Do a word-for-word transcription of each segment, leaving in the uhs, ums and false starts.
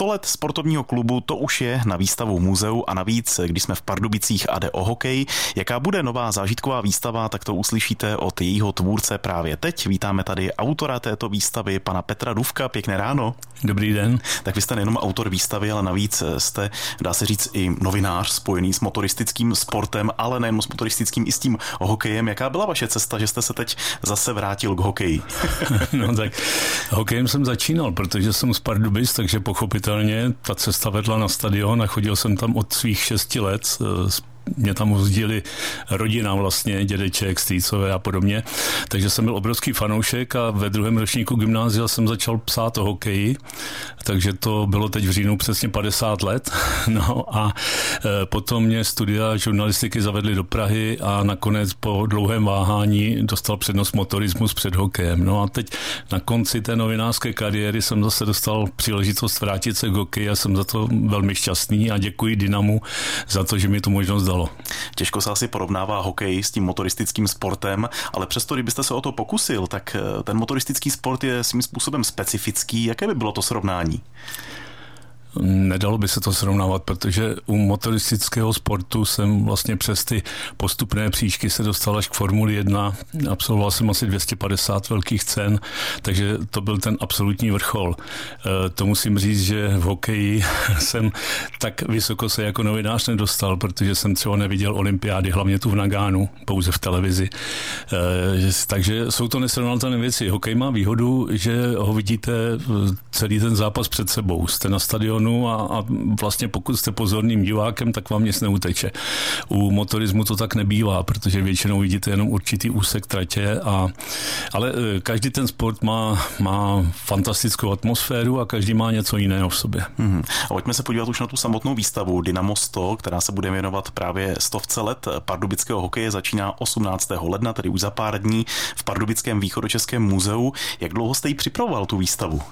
sto let sportovního klubu, to už je na výstavu v muzeu a navíc, když jsme v Pardubicích a jde o hokej. Jaká bude nová zážitková výstava, tak to uslyšíte od jejího tvůrce právě teď. Vítáme tady autora této výstavy, pana Petra Dufka. Pěkné ráno. Dobrý den. Tak vy jste nejenom autor výstavy, ale navíc jste, dá se říct, i novinář spojený s motoristickým sportem, ale nejen s motoristickým, i s tím hokejem. Jaká byla vaše cesta, že jste se teď zase vrátil k hokeji? No tak hokejem jsem začínal, protože jsem z Pardubic, takže pochopitelně ta cesta vedla na stadion a chodil jsem tam od svých šesti let. Mě tam uzdili rodina vlastně, dědeček, strýcové a podobně. Takže jsem byl obrovský fanoušek a ve druhém ročníku gymnázia jsem začal psát o hokeji. Takže to bylo teď v říjnu přesně padesát let. No a potom mě studia žurnalistiky zavedly do Prahy a nakonec po dlouhém váhání dostal přednost motorismus před hokejem. No a teď na konci té novinářské kariéry jsem zase dostal příležitost vrátit se k hokeji a jsem za to velmi šťastný a děkuji Dynamu za to, že mi tu možnost dalo. Těžko se asi porovnává hokej s tím motoristickým sportem, ale přesto, kdybyste se o to pokusil, tak ten motoristický sport je svým způsobem specifický. Jaké by bylo to srovnání? Nedalo by se to srovnávat, protože u motoristického sportu jsem vlastně přes ty postupné příčky se dostal až k Formuli jedna. Absolvoval jsem asi dvě stě padesát velkých cen, takže to byl ten absolutní vrchol. E, to musím říct, že v hokeji jsem tak vysoko se jako novinář nedostal, protože jsem třeba neviděl olympiády, hlavně tu v Nagánu, pouze v televizi. E, takže jsou to nesrovnatelné věci. Hokej má výhodu, že ho vidíte celý ten zápas před sebou. Jste na stadionu A, a vlastně pokud jste pozorným divákem, tak vám nic neuteče. U motorismu to tak nebývá, protože většinou vidíte jenom určitý úsek tratě, a, ale každý ten sport má, má fantastickou atmosféru a každý má něco jiného v sobě. Hmm. A pojďme se podívat už na tu samotnou výstavu Dynamo sto, která se bude věnovat právě stovce let pardubického hokeje. Začíná osmnáctého ledna, tedy už za pár dní v Pardubickém východočeském muzeu. Jak dlouho jste ji připravoval, tu výstavu?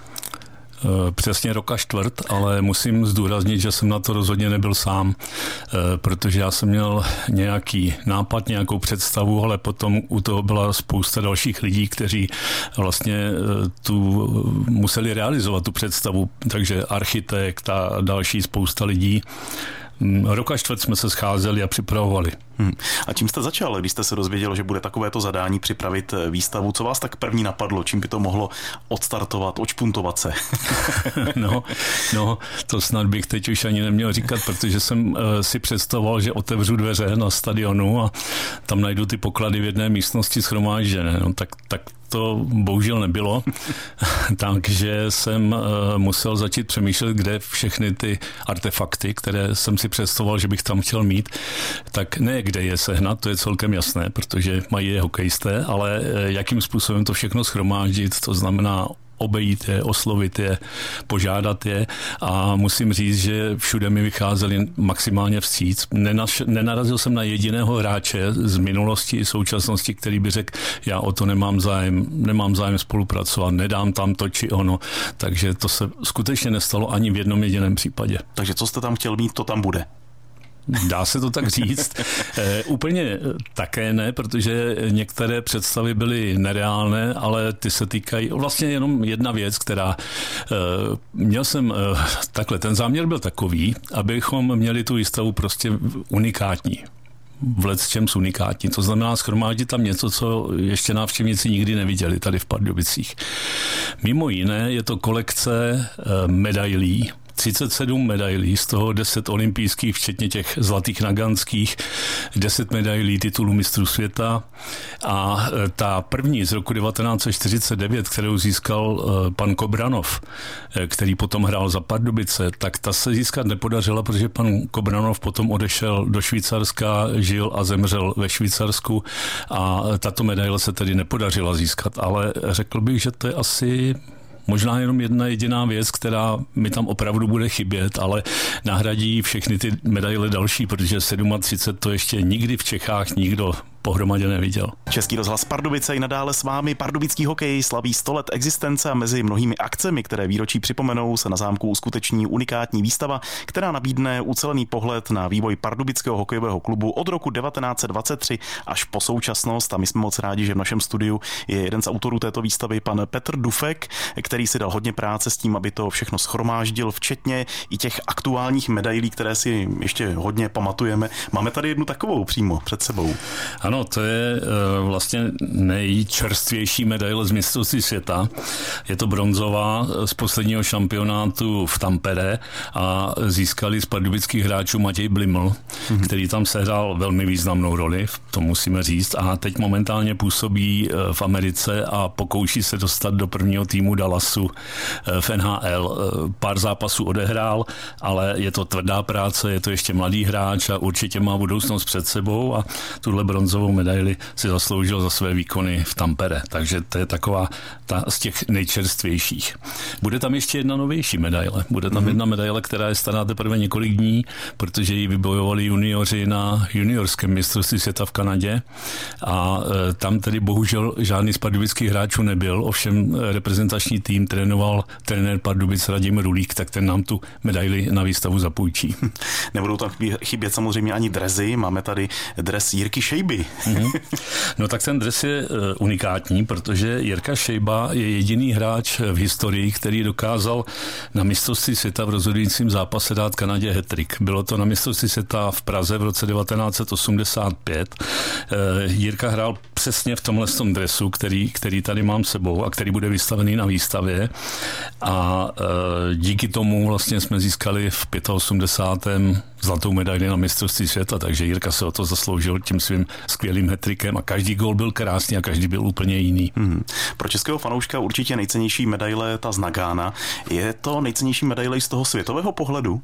Přesně roka čtvrt, ale musím zdůraznit, že jsem na to rozhodně nebyl sám, protože já jsem měl nějaký nápad, nějakou představu, ale potom u toho byla spousta dalších lidí, kteří vlastně tu museli realizovat tu představu, takže architekt a další spousta lidí. Roka čtvrt jsme se scházeli a připravovali. Hmm. A čím jste začal, když jste se dozvěděl, že bude takovéto zadání připravit výstavu? Co vás tak první napadlo? Čím by to mohlo odstartovat, odšpuntovat se? no, no, to snad bych teď už ani neměl říkat, protože jsem uh, si představoval, že otevřu dveře na stadionu a tam najdu ty poklady v jedné místnosti shromážděné. No, tak, tak to bohužel nebylo, takže jsem uh, musel začít přemýšlet, kde všechny ty artefakty, které jsem si představoval, že bych tam chtěl mít, tak ne kde je sehnat, to je celkem jasné, protože mají je hokejisté, ale uh, jakým způsobem to všechno shromáždit, to znamená obejít je, oslovit je, požádat je, a musím říct, že všude mi vycházeli maximálně vstříc. Nenaš, nenarazil jsem na jediného hráče z minulosti i současnosti, který by řekl, já o to nemám zájem, nemám zájem spolupracovat, nedám tam to či ono, takže to se skutečně nestalo ani v jednom jediném případě. Takže co jste tam chtěl mít, to tam bude. Dá se to tak říct. E, úplně také ne, protože některé představy byly nereálné, ale ty se týkají vlastně jenom jedna věc, která e, měl jsem e, takhle, ten záměr byl takový, abychom měli tu výstavu prostě unikátní. V lecčems unikátní. To znamená shromáždit tam něco, co ještě návštěvníci nikdy neviděli tady v Pardubicích. Mimo jiné je to kolekce e, medailí, třicet sedm medailí, z toho deset olympijských, včetně těch zlatých naganských, deset medailí titulu mistrů světa, a ta první z roku devatenáct set čtyřicet devět, kterou získal pan Kobranov, který potom hrál za Pardubice, tak ta se získat nepodařila, protože pan Kobranov potom odešel do Švýcarska, žil a zemřel ve Švýcarsku, a tato medaile se tedy nepodařila získat, ale řekl bych, že to je asi možná jenom jedna jediná věc, která mi tam opravdu bude chybět, ale nahradí všechny ty medaile další, protože třicet sedm to ještě nikdy v Čechách nikdo pohromadě neviděl. Český rozhlas Pardubice i nadále s vámi. Pardubický hokej slaví sto let existence a mezi mnohými akcemi, které výročí připomenou, se na zámku uskuteční unikátní výstava, která nabídne ucelený pohled na vývoj pardubického hokejového klubu od roku devatenáct set dvacet tři až po současnost. A my jsme moc rádi, že v našem studiu je jeden z autorů této výstavy, pan Petr Dufek, který si dal hodně práce s tím, aby to všechno shromáždil, včetně i těch aktuálních medailí, které si ještě hodně pamatujeme. Máme tady jednu takovou přímo před sebou. Ano, to je vlastně nejčerstvější medaile z mistrovství světa. Je to bronzová z posledního šampionátu v Tampere a získali z pardubických hráčů Matěj Bliml, mm-hmm. který tam sehrál velmi významnou roli, to musíme říct, a teď momentálně působí v Americe a pokouší se dostat do prvního týmu Dallasu v N H L. Pár zápasů odehrál, ale je to tvrdá práce, je to ještě mladý hráč a určitě má budoucnost před sebou a tuhle bronzovou medaili si zasloužil za své výkony v Tampere. Takže to je taková ta z těch nejčerstvějších. Bude tam ještě jedna novější medaile. Bude tam mm-hmm. jedna medaile, která je stará teprve několik dní, protože ji vybojovali junioři na juniorském mistrovství světa v Kanadě a e, tam tedy bohužel žádný z pardubických hráčů nebyl, ovšem reprezentační tým trénoval trenér Pardubic Radim Rulík, tak ten nám tu medaili na výstavu zapůjčí. Nebudou tam chybět samozřejmě ani drezy, máme tady dres Jirky Šejby. Mm-hmm. No tak ten dres je uh, unikátní, protože Jirka Šejba je jediný hráč v historii, který dokázal na mistrovství světa v rozhodujícím zápase dát Kanadě hat-trick. Bylo to na mistrovství světa v Praze v roce devatenáct set osmdesát pět. Uh, Jirka hrál přesně v tomhle tom dresu, který, který tady mám sebou a který bude vystavený na výstavě. A uh, díky tomu vlastně jsme získali v osmdesátém pátém zlatou medaili na mistrovství světa, takže Jirka se o to zasloužil tím svým skvělým hat-trickem a každý gól byl krásný a každý byl úplně jiný. Hmm. Pro českého fanouška určitě nejcennější medaile ta z Nagána. Je to nejcennější medaile i z toho světového pohledu?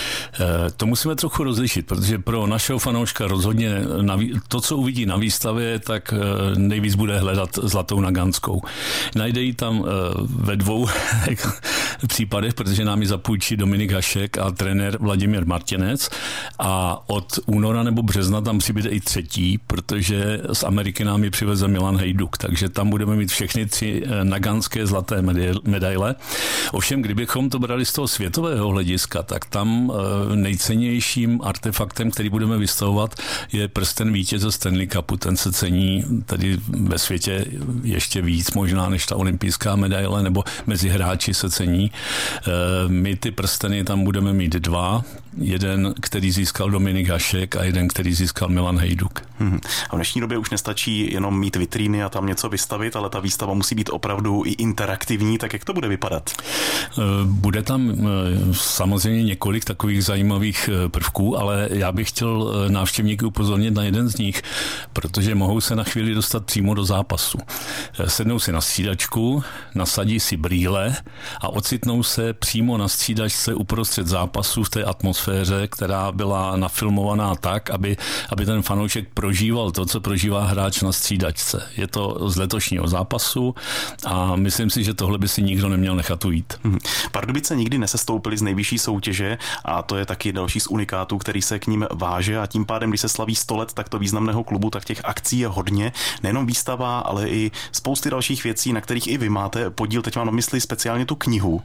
E, to musíme trochu rozlišit, protože pro našeho fanouška rozhodně vý... to, co uvidí na výstavě, tak nejvíc bude hledat zlatou nagánskou. Najde ji tam ve dvou případech, protože nám ji zapůjčí Dominik Hašek a trenér Vladimír Martinec a od února nebo března tam přibude i třetí, protože z Ameriky nám ji přiveze Milan Hejduk, takže tam budeme mít všechny tři nagánské zlaté medaile. Ovšem, kdybychom to brali z toho světového hlediska, tak tam nejcennějším artefaktem, který budeme vystavovat, je prsten vítěze Stanley Cupu. Ten se cení tady ve světě ještě víc možná než ta olympijská medaile, nebo mezi hráči se cení. My ty prsteny tam budeme mít dva. Jeden, který získal Dominik Hašek a jeden, který získal Milan Hejduk. Hmm. A v dnešní době už nestačí jenom mít vitríny a tam něco vystavit, ale ta výstava musí být opravdu i interaktivní, tak jak to bude vypadat? Bude tam samozřejmě několik takových zajímavých prvků, ale já bych chtěl návštěvníky upozornit na jeden z nich, protože mohou se na chvíli dostat přímo do zápasu. Sednou si na střídačku, nasadí si brýle a ocitnou se přímo na střídačce uprostřed zápasu v té atmosféře, která byla nafilmovaná tak, aby, aby ten fanoušek prožíval to, co prožívá hráč na střídačce. Je to z letošního zápasu a myslím si, že tohle by si nikdo neměl nechat ujít. Hmm. Pardubice nikdy nesestoupily z nejvyšší soutěže a to je taky další z unikátů, který se k ním váže a tím pádem, když se slaví sto let takto významného klubu, tak těch akcí je hodně. Nejenom výstava, ale i spousty dalších věcí, na kterých i vy máte podíl. Teď mám na mysli speciálně tu knihu.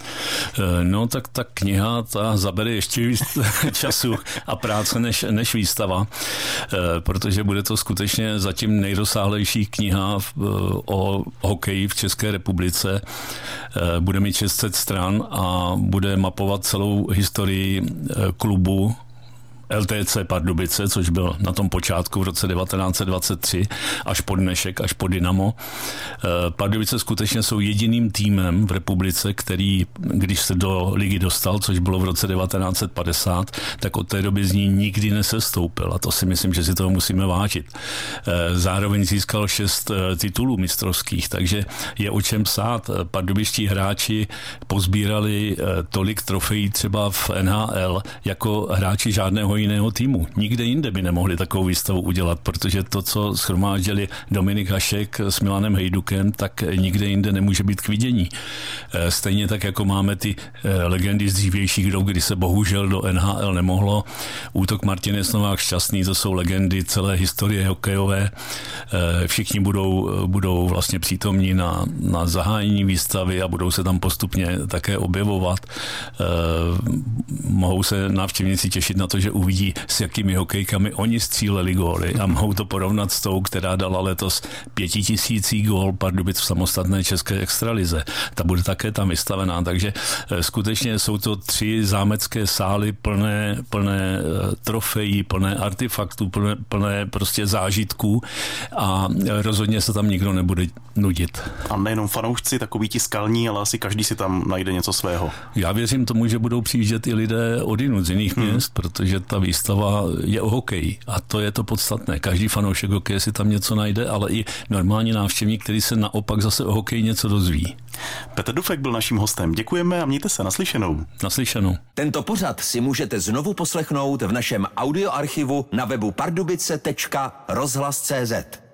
No tak ta kniha ta zabere ještě víc času a práce než, než výstava, protože bude to skutečně zatím nejrozsáhlejší kniha o hokeji v České republice. Bude mít šest set stran a bude mapovat celou historii klubu L T C Pardubice, což byl na tom počátku v roce devatenáct set dvacet tři, až po dnešek, až po Dynamo. Pardubice skutečně jsou jediným týmem v republice, který, když se do ligy dostal, což bylo v roce devatenáct set padesát, tak od té doby z ní nikdy nesestoupil. A to si myslím, že si toho musíme vážit. Zároveň získal šest titulů mistrovských, takže je o čem psát. Pardubičtí hráči pozbírali tolik trofejí třeba v N H L jako hráči žádného žádného jiného týmu. Nikde jinde by nemohli takovou výstavu udělat, protože to, co shromáždili Dominik Hašek s Milanem Hejdukem, tak nikde jinde nemůže být k vidění. Stejně tak, jako máme ty legendy z dřívějších dob, kdy se bohužel do N H L nemohlo. Útok Martinec, Novák, Šťastný, to jsou legendy celé historie hokejové. Všichni budou, budou vlastně přítomní na, na zahájení výstavy a budou se tam postupně také objevovat. Mohou se návštěvníci těšit na to, že uvidí, s jakými hokejkami oni stříleli góly a mohou to porovnat s tou, která dala letos pětitisící gól Pardubic v samostatné české extralize. Ta bude také tam vystavená, takže skutečně jsou to tři zámecké sály plné, plné trofejí, plné artefaktů, plné, plné prostě zážitků a rozhodně se tam nikdo nebude nudit. A nejenom fanoušci, takoví ti skalní, ale asi každý si tam najde něco svého. Já věřím tomu, že budou přijíždět i lidé odinut z jiných hmm. měst, protože ta výstava je o hokeji a to je to podstatné. Každý fanoušek hokeje si tam něco najde, ale i normální návštěvník, který se naopak zase o hokeji něco dozví. Petr Dufek byl naším hostem. Děkujeme a mějte se naslyšenou. Naslyšenou. Tento pořad si můžete znovu poslechnout v našem audioarchivu na webu pardubice tečka rozhlas tečka cé zet.